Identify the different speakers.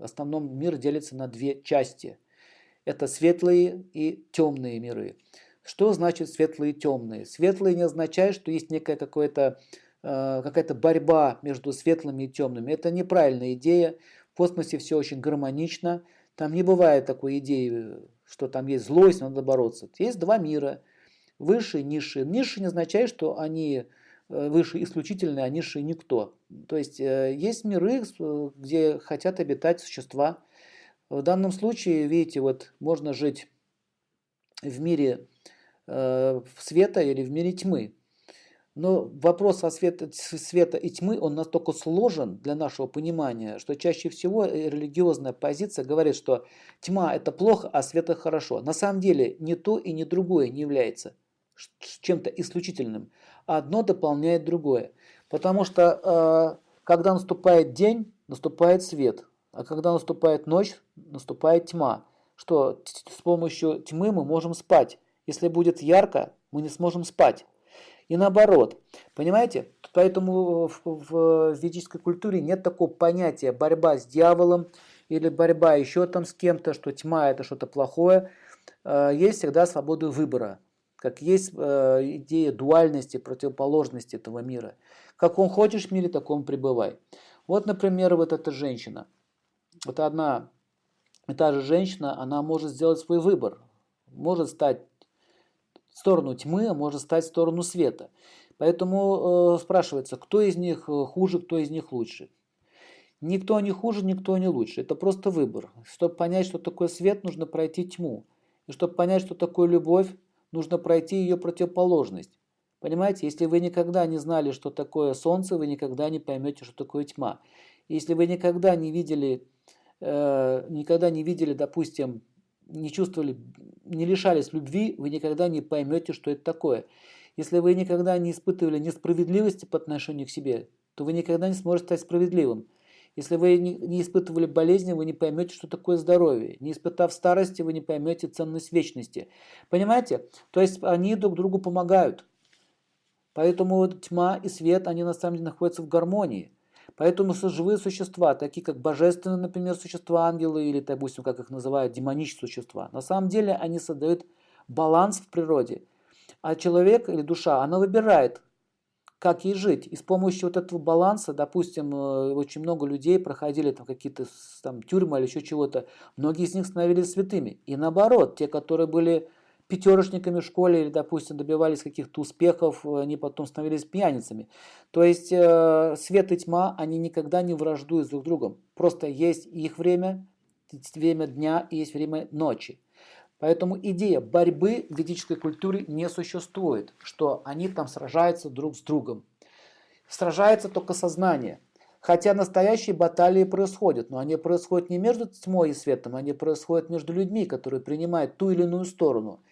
Speaker 1: В основном мир делится на две части. Это светлые и темные миры. Что значит светлые и темные? Светлые не означает, что есть некая какая-то борьба между светлыми и темными. Это неправильная идея. В космосе все очень гармонично. Там не бывает такой идеи, что там есть злость, надо бороться. Есть два мира. Высшие и низшие. Низшие не означает, что они выше исключительные, а низшие никто. То есть есть миры, где хотят обитать существа. В данном случае, видите, вот можно жить в мире света или в мире тьмы. Но вопрос о света и тьмы, он настолько сложен для нашего понимания, что чаще всего религиозная позиция говорит, что тьма это плохо, а свет это хорошо. На самом деле ни то и ни другое не является чем-то исключительным. Одно дополняет другое. Потому что когда наступает день, наступает свет. А когда наступает ночь, наступает тьма. Что с помощью тьмы мы можем спать. Если будет ярко, мы не сможем спать. И наоборот. Понимаете? Поэтому в ведической культуре нет такого понятия борьба с дьяволом или борьба еще там с кем-то, что тьма это что-то плохое. Есть всегда свобода выбора. Как есть идея дуальности, противоположности этого мира. Каком хочешь в мире, таком пребывай. Вот, например, вот эта женщина. Вот одна и та же женщина, она может сделать свой выбор. Может стать в сторону тьмы, а может стать в сторону света. Поэтому спрашивается, кто из них хуже, кто из них лучше. Никто не хуже, никто не лучше. Это просто выбор. Чтобы понять, что такое свет, нужно пройти тьму. И чтобы понять, что такое любовь, нужно пройти ее противоположность. Понимаете, если вы никогда не знали, что такое солнце, вы никогда не поймете, что такое тьма. Если вы никогда не видели, допустим, не чувствовали, не лишались любви, вы никогда не поймете, что это такое. Если вы никогда не испытывали несправедливости по отношению к себе, то вы никогда не сможете стать справедливым. Если вы не испытывали болезни, вы не поймете, что такое здоровье. Не испытав старости, вы не поймете ценность вечности. Понимаете? То есть они друг другу помогают. Поэтому тьма и свет, они на самом деле находятся в гармонии. Поэтому живые существа, такие как божественные, например, существа, ангелы, или, допустим, как их называют, демонические существа, на самом деле они создают баланс в природе. А человек или душа, она выбирает, как ей жить. И с помощью вот этого баланса, допустим, очень много людей проходили там какие-то там тюрьмы или еще чего-то. Многие из них становились святыми. И наоборот, те, которые были пятерочниками в школе или, допустим, добивались каких-то успехов, они потом становились пьяницами. То есть свет и тьма, они никогда не враждуют друг с другом. Просто есть их время дня и есть время ночи. Поэтому идея борьбы в ведической культуре не существует, что они там сражаются друг с другом. Сражается только сознание. Хотя настоящие баталии происходят, но они происходят не между тьмой и светом, они происходят между людьми, которые принимают ту или иную сторону.